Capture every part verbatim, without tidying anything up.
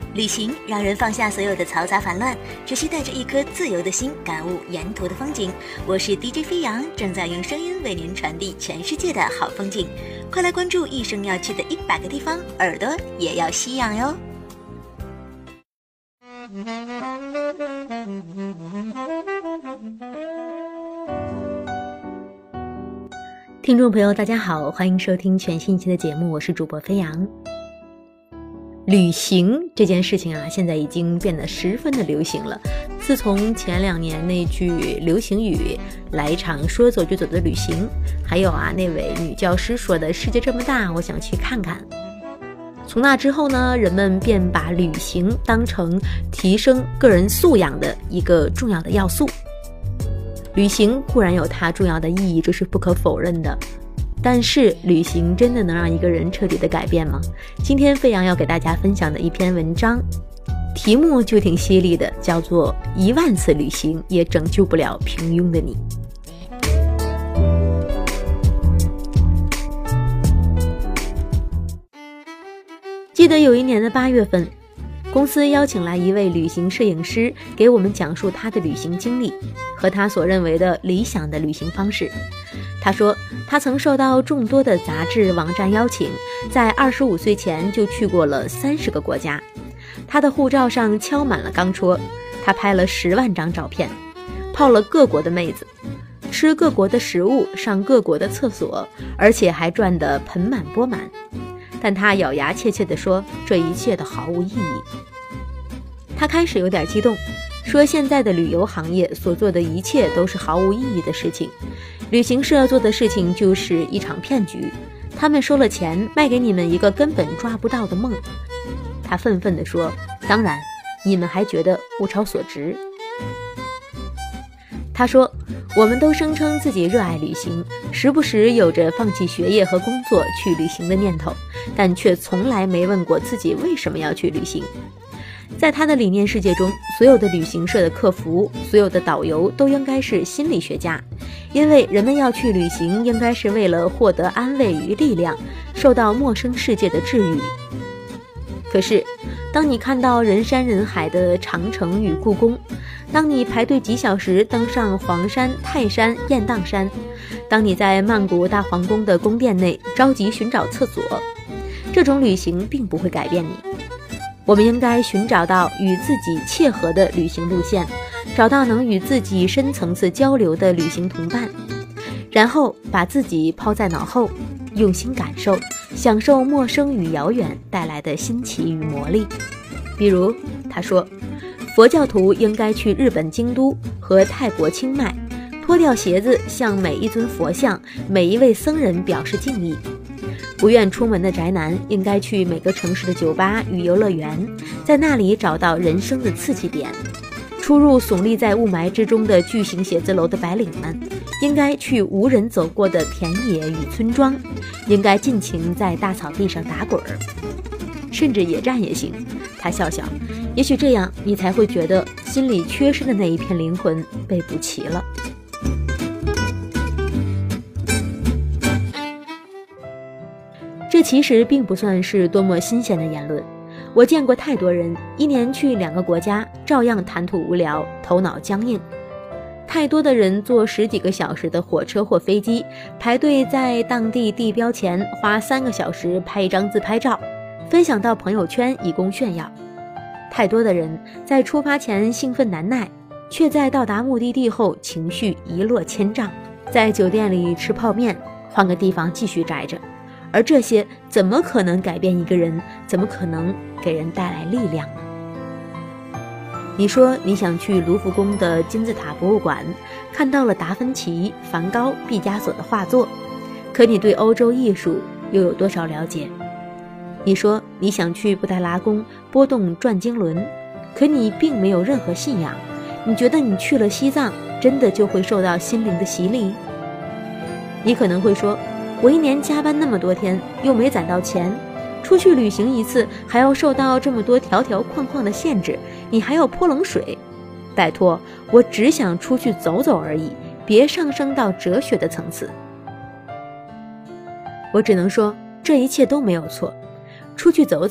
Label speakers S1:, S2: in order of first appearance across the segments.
S1: 旅行让人放下所有的嘈杂烦乱，只需带着一颗自由的心，感悟沿途的风景。我是 D J 飞扬，正在用声音为您传递全世界的好风景。快来关注一生要去的一百个地方，耳朵也要吸氧哟。听众朋友大家好，欢迎收听全新一期的节目，我是主播飞扬。旅行这件事情啊，现在已经变得十分的流行了。自从前两年那句流行语来一场说走就走的旅行，还有啊那位女教师说的世界这么大，我想去看看。从那之后呢，人们便把旅行当成提升个人素养的一个重要的要素。旅行固然有它重要的意义，这是不可否认的，但是旅行真的能让一个人彻底的改变吗？今天飞扬要给大家分享的一篇文章，题目就挺犀利的，叫做一万次旅行也拯救不了平庸的你。记得有一年的八月份，公司邀请来一位旅行摄影师，给我们讲述他的旅行经历和他所认为的理想的旅行方式。他说，他曾受到众多的杂志网站邀请，在二十五岁前就去过了三十个国家。他的护照上敲满了钢戳，他拍了十万张照片，泡了各国的妹子，吃各国的食物，上各国的厕所，而且还赚得盆满钵满。但他咬牙切切地说，这一切都毫无意义。他开始有点激动，说现在的旅游行业所做的一切都是毫无意义的事情，旅行社做的事情就是一场骗局，他们收了钱卖给你们一个根本抓不到的梦。他愤愤地说，当然你们还觉得物超所值。他说，我们都声称自己热爱旅行，时不时有着放弃学业和工作去旅行的念头，但却从来没问过自己为什么要去旅行。在他的理念世界中，所有的旅行社的客服，所有的导游都应该是心理学家，因为人们要去旅行应该是为了获得安慰与力量，受到陌生世界的治愈。可是当你看到人山人海的长城与故宫，当你排队几小时登上黄山、泰山、雁荡山，当你在曼谷大皇宫的宫殿内着急寻找厕所，这种旅行并不会改变你。我们应该寻找到与自己切合的旅行路线，找到能与自己深层次交流的旅行同伴，然后把自己抛在脑后，用心感受，享受陌生与遥远带来的新奇与魔力。比如他说，佛教徒应该去日本京都和泰国清迈，脱掉鞋子向每一尊佛像、每一位僧人表示敬意。不愿出门的宅男应该去每个城市的酒吧与游乐园，在那里找到人生的刺激点。出入耸立在雾霾之中的巨型写字楼的白领们，应该去无人走过的田野与村庄，应该尽情在大草地上打滚儿，甚至野战也行。他笑笑，也许这样你才会觉得心里缺失的那一片灵魂被补齐了。这其实并不算是多么新鲜的言论，我见过太多人一年去两个国家，照样谈吐无聊，头脑僵硬。太多的人坐十几个小时的火车或飞机，排队在当地地标前花三个小时拍一张自拍照，分享到朋友圈以供炫耀。太多的人在出发前兴奋难耐，却在到达目的地后情绪一落千丈，在酒店里吃泡面，换个地方继续宅着。而这些怎么可能改变一个人？怎么可能给人带来力量呢？你说你想去卢浮宫的金字塔博物馆，看到了达芬奇、梵高、毕加索的画作，可你对欧洲艺术又有多少了解？你说你想去布达拉宫拨动转经轮，可你并没有任何信仰，你觉得你去了西藏，真的就会受到心灵的洗礼？你可能会说，我一年加班那么多天，又没攒到钱，出去旅行一次还要受到这么多条条框框的限制，你还要泼冷水。拜托，我只想出去走走而已，别上升到哲学的层次。我只能说，这一切都没有错。出去走走，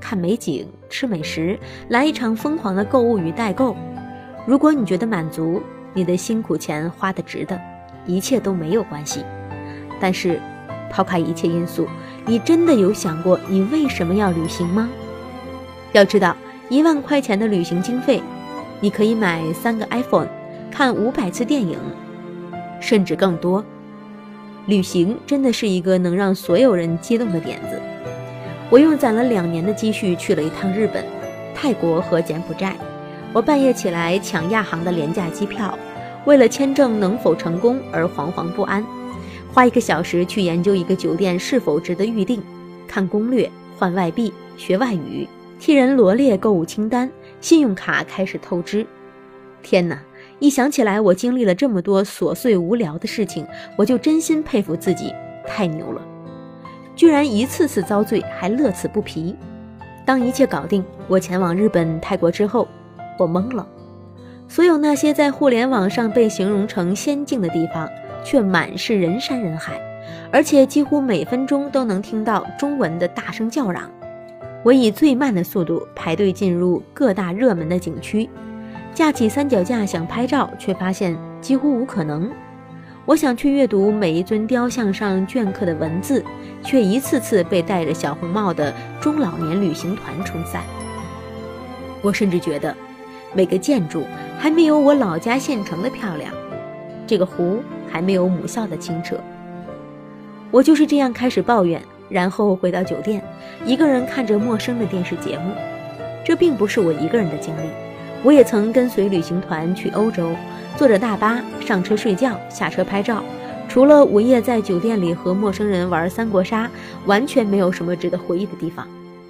S1: 看美景、吃美食，来一场疯狂的购物与代购。如果你觉得满足，你的辛苦钱花得值得，一切都没有关系。但是抛开一切因素，你真的有想过你为什么要旅行吗？要知道，一万块钱的旅行经费，你可以买三个 iPhone， 看五百次电影，甚至更多。旅行真的是一个能让所有人激动的点子。我用攒了两年的积蓄去了一趟日本、泰国和柬埔寨。我半夜起来抢亚航的廉价机票，为了签证能否成功而惶惶不安，花一个小时去研究一个酒店是否值得预订，看攻略、换外币、学外语，替人罗列购物清单，信用卡开始透支。天哪，一想起来我经历了这么多琐碎无聊的事情，我就真心佩服自己，太牛了，居然一次次遭罪还乐此不疲。当一切搞定，我前往日本、泰国之后，我懵了。所有那些在互联网上被形容成仙境的地方，却满是人山人海，而且几乎每分钟都能听到中文的大声叫嚷。我以最慢的速度排队进入各大热门的景区，架起三脚架想拍照，却发现几乎无可能。我想去阅读每一尊雕像上镌刻的文字，却一次次被戴着小红帽的中老年旅行团冲散。我甚至觉得每个建筑还没有我老家县城的漂亮，这个湖还没有母校的清澈。我就是这样开始抱怨，然后回到酒店，一个人看着陌生的电视节目。这并不是我一个人的经历，我也曾跟随旅行团去欧洲，坐着大巴上车睡觉，下车拍照，除了午夜在酒店里和陌生人玩三国杀，完全没有什么值得回忆的地方。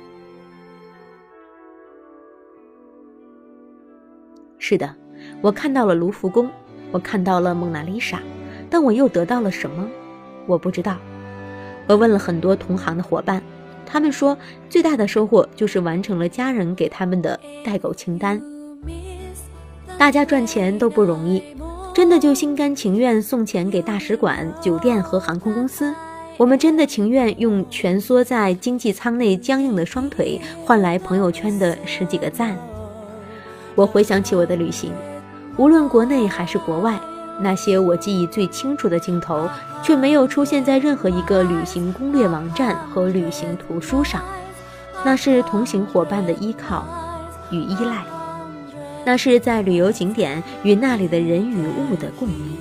S1: 是的，我看到了卢浮宫，我看到了蒙娜丽莎，但我又得到了什么？我不知道。我问了很多同行的伙伴，他们说最大的收获就是完成了家人给他们的代购清单。大家赚钱都不容易，真的就心甘情愿送钱给大使馆、酒店和航空公司？我们真的情愿用蜷缩在经济舱内僵硬的双腿换来朋友圈的十几个赞？我回想起我的旅行，无论国内还是国外，那些我记忆最清楚的镜头却没有出现在任何一个旅行攻略网站和旅行图书上。那是同行伙伴的依靠与依赖，那是在旅游景点与那里的人与物的共鸣。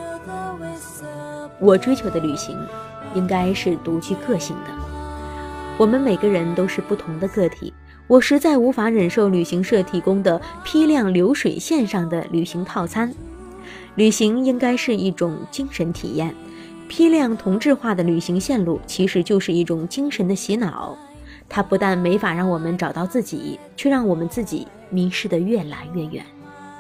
S1: 我追求的旅行应该是独具个性的。我们每个人都是不同的个体，我实在无法忍受旅行社提供的批量流水线上的旅行套餐。旅行应该是一种精神体验，批量同质化的旅行线路其实就是一种精神的洗脑，它不但没法让我们找到自己，却让我们自己迷失得越来越远。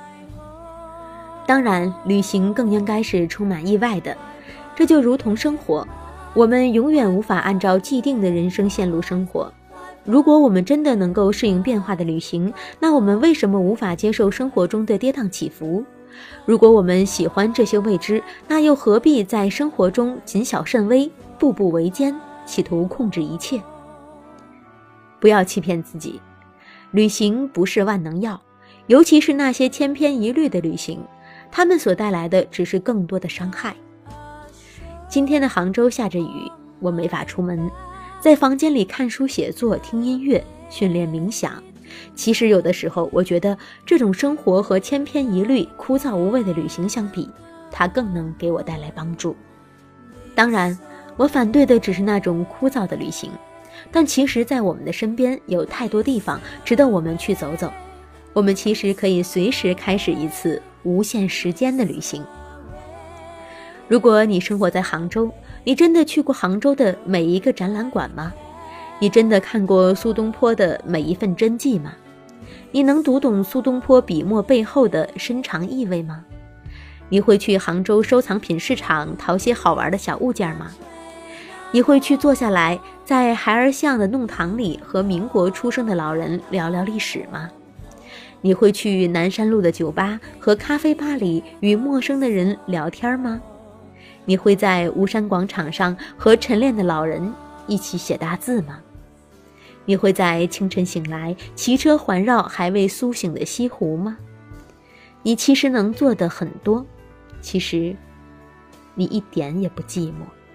S1: 当然，旅行更应该是充满意外的，这就如同生活，我们永远无法按照既定的人生线路生活。如果我们真的能够适应变化的旅行，那我们为什么无法接受生活中的跌宕起伏？如果我们喜欢这些未知，那又何必在生活中谨小慎微，步步维艰，企图控制一切？不要欺骗自己，旅行不是万能药，尤其是那些千篇一律的旅行，他们所带来的只是更多的伤害。今天的杭州下着雨，我没法出门，在房间里看书写作，听音乐，训练冥想。其实有的时候我觉得这种生活和千篇一律枯燥无味的旅行相比，它更能给我带来帮助。当然，我反对的只是那种枯燥的旅行，但其实在我们的身边有太多地方值得我们去走走。我们其实可以随时开始一次无限时间的旅行。如果你生活在杭州，你真的去过杭州的每一个展览馆吗？你真的看过苏东坡的每一份真迹吗？你能读懂苏东坡笔墨背后的深长意味吗？你会去杭州收藏品市场淘些好玩的小物件吗？你会去坐下来在孩儿巷的弄堂里和民国出生的老人聊聊历史吗？你会去南山路的酒吧和咖啡吧里与陌生的人聊天吗？你会在吴山广场上和晨练的老人一起写大字吗？ 你会在清晨醒来，骑车环绕还未苏醒的西湖吗？你其实能做的很多，其实你一点也不寂寞。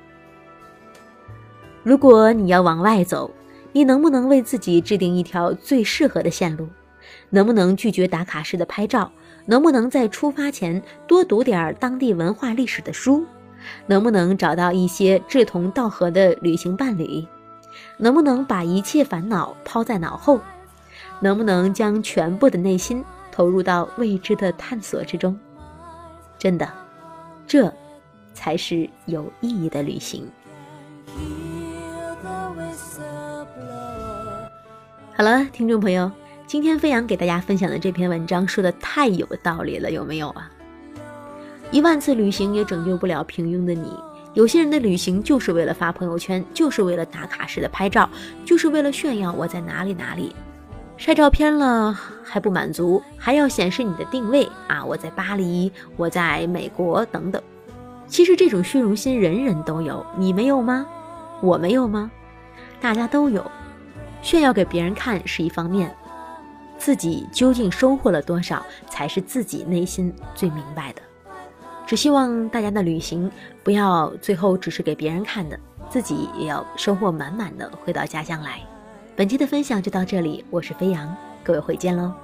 S1: 如果你要往外走，你能不能为自己制定一条最适合的线路？能不能拒绝打卡式的拍照？能不能在出发前多读点当地文化历史的书？能不能找到一些志同道合的旅行伴侣？能不能把一切烦恼抛在脑后？能不能将全部的内心投入到未知的探索之中？真的，这才是有意义的旅行。好了，听众朋友，今天飞扬给大家分享的这篇文章说的太有道理了，有没有啊？一万次旅行也拯救不了平庸的你。有些人的旅行就是为了发朋友圈，就是为了打卡式的拍照，就是为了炫耀我在哪里哪里。晒照片了还不满足，还要显示你的定位啊，我在巴黎，我在美国等等。其实这种虚荣心人人都有，你没有吗？我没有吗？大家都有。炫耀给别人看是一方面，自己究竟收获了多少才是自己内心最明白的。只希望大家的旅行不要最后只是给别人看的，自己也要收获满满的回到家乡来。本期的分享就到这里，我是飞扬，各位回见喽。